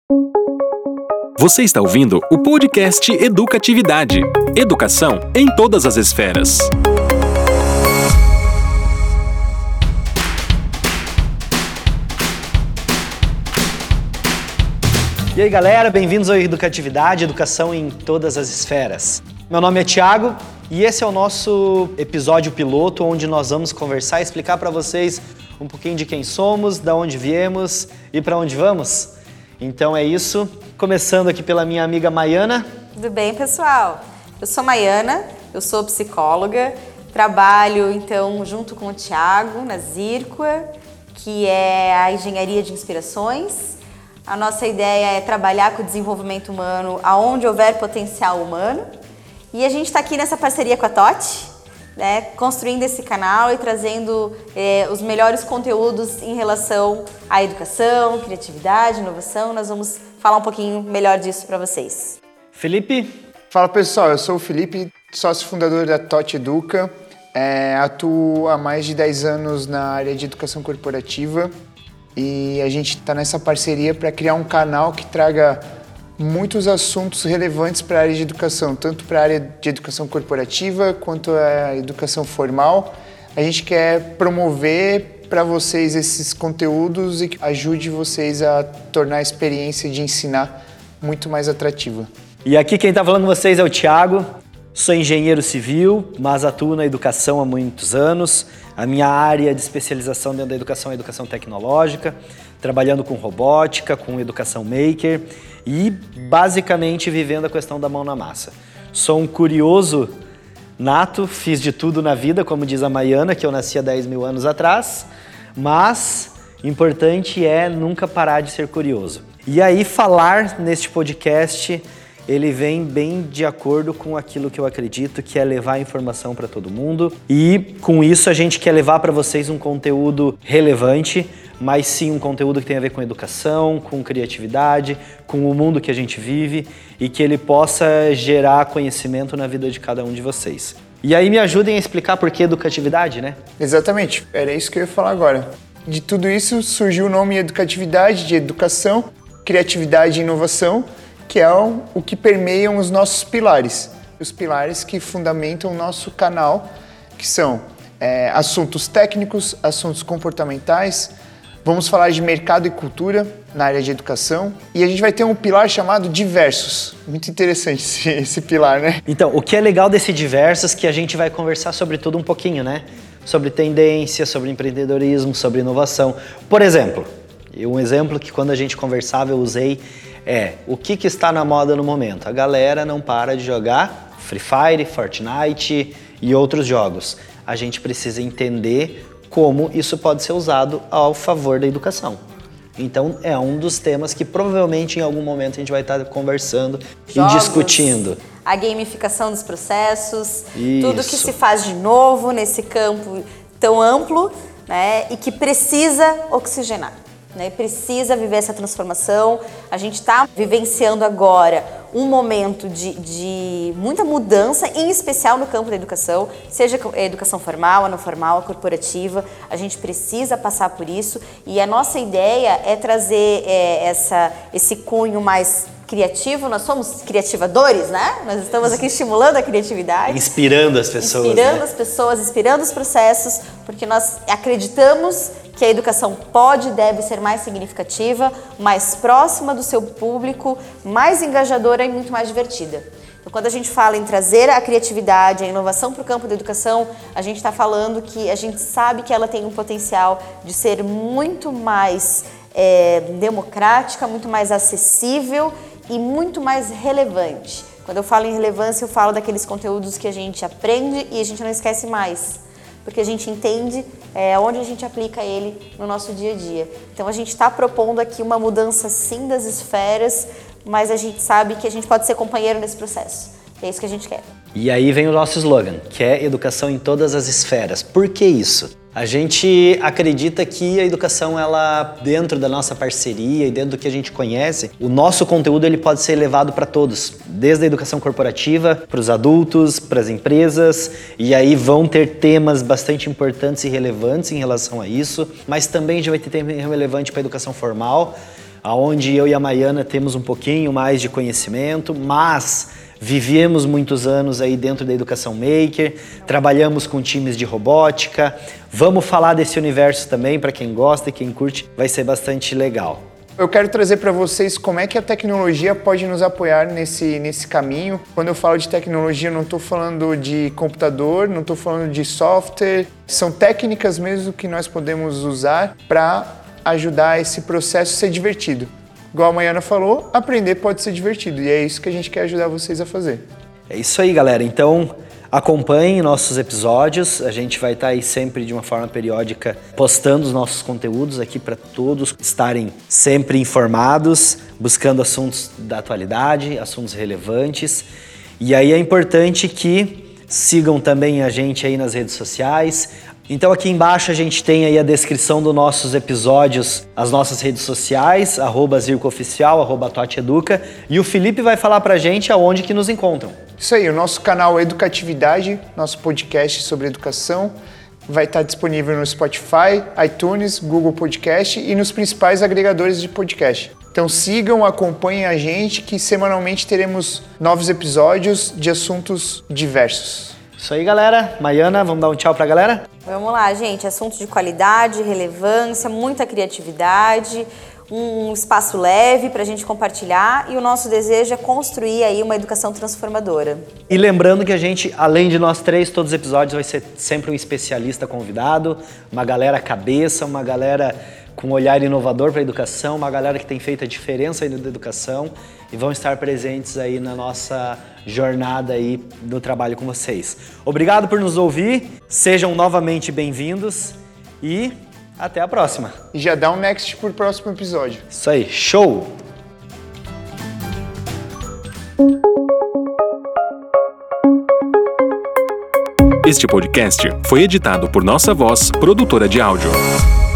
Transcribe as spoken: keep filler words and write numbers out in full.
Você está ouvindo o podcast Educatividade. Educação em todas as esferas. E aí galera, bem-vindos ao Educatividade, Educação em todas as esferas. Meu nome é Thiago e esse é o nosso episódio piloto onde nós vamos conversar e explicar para vocês um pouquinho de quem somos, de onde viemos e para onde vamos. Então é isso, começando aqui pela minha amiga Maiana. Tudo bem, pessoal? Eu sou Maiana, eu sou psicóloga, trabalho então junto com o Thiago na Zirqua, que é a engenharia de inspirações. A nossa ideia é trabalhar com o desenvolvimento humano aonde houver potencial humano. E a gente está aqui nessa parceria com a Totti, né, construindo esse canal e trazendo é, os melhores conteúdos em relação à educação, criatividade, inovação. Nós vamos falar um pouquinho melhor disso para vocês. Felipe? Fala pessoal, eu sou o Felipe, sócio fundador da Totti Educa. É, atuo há mais de dez anos na área de educação corporativa e a gente está nessa parceria para criar um canal que traga muitos assuntos relevantes para a área de educação, tanto para a área de educação corporativa quanto a educação formal. A gente quer promover para vocês esses conteúdos e que ajude vocês a tornar a experiência de ensinar muito mais atrativa. E aqui quem está falando com vocês é o Thiago. Sou engenheiro civil, mas atuo na educação há muitos anos. A minha área de especialização dentro da educação é educação tecnológica, trabalhando com robótica, com educação maker e basicamente vivendo a questão da mão na massa. Sou um curioso nato, fiz de tudo na vida, como diz a Maiana, que eu nasci há dez mil anos atrás, mas importante é nunca parar de ser curioso. E aí falar neste podcast, ele vem bem de acordo com aquilo que eu acredito, que é levar informação para todo mundo. E com isso a gente quer levar para vocês um conteúdo relevante, mas sim um conteúdo que tem a ver com educação, com criatividade, com o mundo que a gente vive e que ele possa gerar conhecimento na vida de cada um de vocês. E aí me ajudem a explicar por que educatividade, né? Exatamente, era isso que eu ia falar agora. De tudo isso surgiu o nome Educatividade, de educação, criatividade e inovação, que é o que permeiam os nossos pilares. Os pilares que fundamentam o nosso canal, que são é, assuntos técnicos, assuntos comportamentais. Vamos falar de mercado e cultura na área de educação. E a gente vai ter um pilar chamado Diversos. Muito interessante esse, esse pilar, né? Então, o que é legal desse Diversos é que a gente vai conversar sobre tudo um pouquinho, né? Sobre tendência, sobre empreendedorismo, sobre inovação. Por exemplo, um exemplo que quando a gente conversava eu usei é o que, que está na moda no momento. A galera não para de jogar Free Fire, Fortnite e outros jogos. A gente precisa entender como isso pode ser usado ao favor da educação. Então é um dos temas que provavelmente em algum momento a gente vai estar conversando Jogos, e discutindo. A gamificação dos processos, Isso. Tudo que se faz de novo nesse campo tão amplo, né, e que precisa oxigenar. Né, precisa viver essa transformação. A gente está vivenciando agora um momento de, de muita mudança, em especial no campo da educação, seja a educação formal, a não formal, a corporativa. A gente precisa passar por isso e a nossa ideia é trazer é, essa, esse cunho mais criativo. Nós somos criativadores, né? Nós estamos aqui estimulando a criatividade. Inspirando as pessoas. Inspirando né? as pessoas, inspirando os processos, porque nós acreditamos que a educação pode e deve ser mais significativa, mais próxima do seu público, mais engajadora e muito mais divertida. Então, quando a gente fala em trazer a criatividade, a inovação para o campo da educação, a gente está falando que a gente sabe que ela tem um potencial de ser muito mais é, democrática, muito mais acessível e muito mais relevante. Quando eu falo em relevância, eu falo daqueles conteúdos que a gente aprende e a gente não esquece mais, porque a gente entende é, onde a gente aplica ele no nosso dia a dia. Então a gente está propondo aqui uma mudança sim das esferas, mas a gente sabe que a gente pode ser companheiro nesse processo. É isso que a gente quer. E aí vem o nosso slogan, que é educação em todas as esferas. Por que isso? A gente acredita que a educação, ela, dentro da nossa parceria e dentro do que a gente conhece, o nosso conteúdo ele pode ser levado para todos, desde a educação corporativa, para os adultos, para as empresas, e aí vão ter temas bastante importantes e relevantes em relação a isso, mas também já vai ter tema relevante para a educação formal, onde eu e a Maiana temos um pouquinho mais de conhecimento, mas vivemos muitos anos aí dentro da Educação Maker, trabalhamos com times de robótica. Vamos falar desse universo também, para quem gosta e quem curte, vai ser bastante legal. Eu quero trazer para vocês como é que a tecnologia pode nos apoiar nesse, nesse caminho. Quando eu falo de tecnologia, eu não estou falando de computador, não estou falando de software. São técnicas mesmo que nós podemos usar para ajudar esse processo a ser divertido. Igual a Maiana falou, aprender pode ser divertido e é isso que a gente quer ajudar vocês a fazer. É isso aí, galera. Então, acompanhem nossos episódios, a gente vai estar aí sempre de uma forma periódica postando os nossos conteúdos aqui para todos estarem sempre informados, buscando assuntos da atualidade, assuntos relevantes. E aí é importante que sigam também a gente aí nas redes sociais. Então aqui embaixo a gente tem aí a descrição dos nossos episódios, as nossas redes sociais, arroba zircooficial, arroba toteeduca, e o Felipe vai falar pra gente aonde que nos encontram. Isso aí, o nosso canal Educatividade, nosso podcast sobre educação, vai estar disponível no Spotify, iTunes, Google Podcast e nos principais agregadores de podcast. Então sigam, acompanhem a gente que semanalmente teremos novos episódios de assuntos diversos. Isso aí, galera. Maiana, vamos dar um tchau pra galera? Vamos lá, gente. Assuntos de qualidade, relevância, muita criatividade, um espaço leve para a gente compartilhar e o nosso desejo é construir aí uma educação transformadora. E lembrando que a gente, além de nós três, todos os episódios vai ser sempre um especialista convidado, uma galera cabeça, uma galera com um olhar inovador para a educação, uma galera que tem feito a diferença aí na educação e vão estar presentes aí na nossa jornada aí no trabalho com vocês. Obrigado por nos ouvir, sejam novamente bem-vindos e até a próxima. E já dá um next pro próximo episódio. Isso aí, show! Este podcast foi editado por Nossa Voz, produtora de áudio.